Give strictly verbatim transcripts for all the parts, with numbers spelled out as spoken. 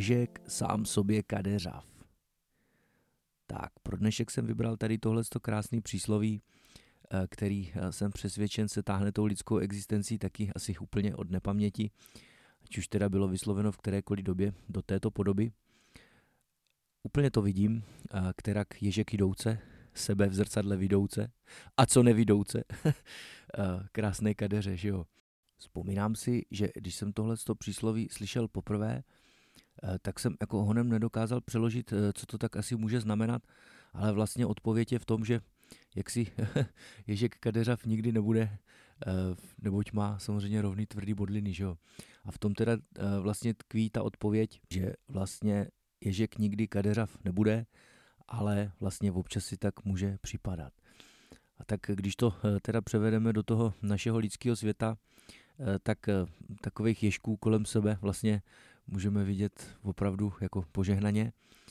Ježek sám sobě kadeřav. Tak, pro dnešek jsem vybral tady tohleto krásný přísloví, který jsem přesvědčen se táhne tou lidskou existencí taky asi úplně od nepaměti, ať už teda bylo vysloveno v kterékoliv době do této podoby. Úplně to vidím, kterak Ježek jdouce, sebe v zrcadle vidouce a co nevidouce. Krásné kadeře, že jo. Vzpomínám si, že když jsem tohleto přísloví slyšel poprvé, tak jsem jako honem nedokázal přeložit, co to tak asi může znamenat, ale vlastně odpověď je v tom, že jak si Ježek kadeřav nikdy nebude, neboť má samozřejmě rovný tvrdý bodliny, že jo. A v tom teda vlastně tkví ta odpověď, že vlastně Ježek nikdy kadeřav nebude, ale vlastně občas si tak může připadat. A tak když to teda převedeme do toho našeho lidského světa, tak takových ježků kolem sebe vlastně můžeme vidět opravdu jako požehnaně.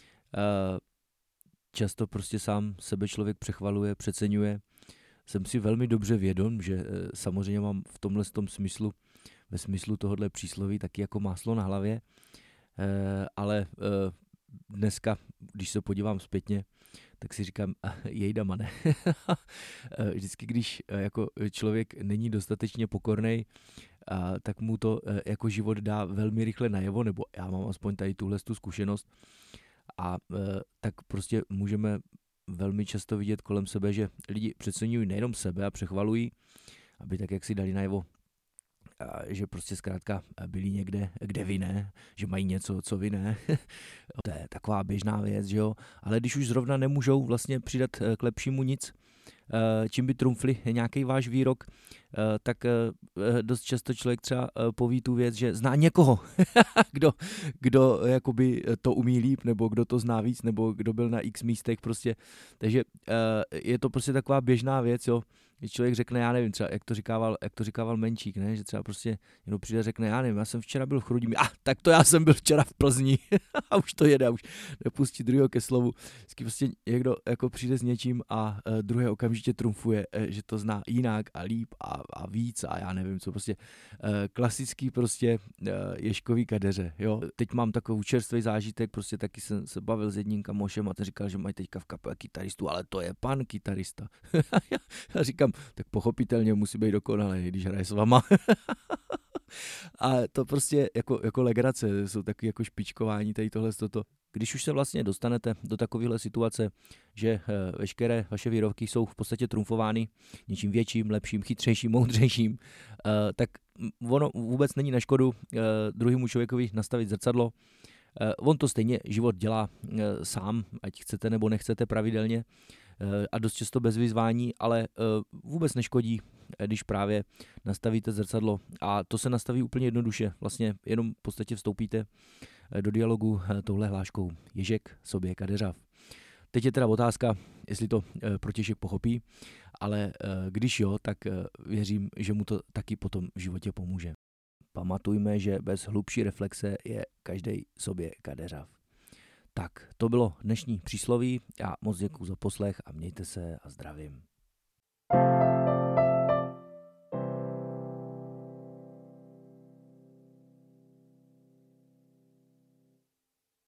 Často prostě sám sebe člověk přechvaluje, přeceňuje. Jsem si velmi dobře vědom, že samozřejmě mám v tomhle tom smyslu, ve smyslu tohohle přísloví taky jako máslo na hlavě, ale dneska, když se podívám zpětně, tak si říkám, jejda mane. Vždycky, když jako člověk není dostatečně pokornej, a tak mu to jako život dá velmi rychle najevo, nebo já mám aspoň tady tuhle tu zkušenost. A tak prostě můžeme velmi často vidět kolem sebe, že lidi přeceňují nejenom sebe a přechvalují, aby tak jak si dali najevo, že prostě zkrátka byli někde, kde vy ne, že mají něco, co vy ne. To je taková běžná věc, že jo. Ale když už zrovna nemůžou vlastně přidat k lepšímu nic, čím by trumfli nějaký váš výrok, tak dost často člověk třeba poví tu věc, že zná někoho, kdo, kdo jakoby to umí líp, nebo kdo to zná víc, nebo kdo byl na x místech prostě. Takže je to prostě taková běžná věc, jo. Když člověk řekne, já nevím, třeba jak to říkával, jak to říkával Menčík, ne? Že třeba prostě jenom přijde a řekne, já nevím, já jsem včera byl v Chrudimi, a ah, tak to já jsem byl včera v Plzni a už to jede, už nepustí druhého ke slovu. Vždycky prostě někdo jako přijde s něčím a uh, druhé okamžitě trumfuje, uh, že to zná jinak a líp a, a víc a já nevím co, prostě uh, klasický prostě uh, ježkový kadeře, jo. Teď mám takový čerstvý zážitek, prostě taky jsem se bavil s jedním kamošem a ten říkal, že mají teďka v kapele kytaristu, ale to je pan kytarista. Já říkám, tak pochopitelně musí být dokonalý, když hraje s vama. A to prostě jako, jako legrace, jsou taky jako špičkování tady tohle toto. Když už se vlastně dostanete do takovéhle situace, že veškeré vaše výrobky jsou v podstatě trumfovány něčím větším, lepším, chytřejším, moudřejším, tak ono vůbec není na škodu druhému člověkovi nastavit zrcadlo. On to stejně život dělá sám, ať chcete nebo nechcete pravidelně, a dost často bez vyzvání, ale vůbec neškodí, když právě nastavíte zrcadlo a to se nastaví úplně jednoduše. Vlastně jenom v podstatě vstoupíte do dialogu touhle hláškou Ježek sobě kadeřav. Teď je teda otázka, jestli to protějšek pochopí, ale když jo, tak věřím, že mu to taky potom v životě pomůže. Pamatujme, že bez hlubší reflexe je každej sobě kadeřav. Tak, to bylo dnešní přísloví. Já moc děkuju za poslech a mějte se a zdravím.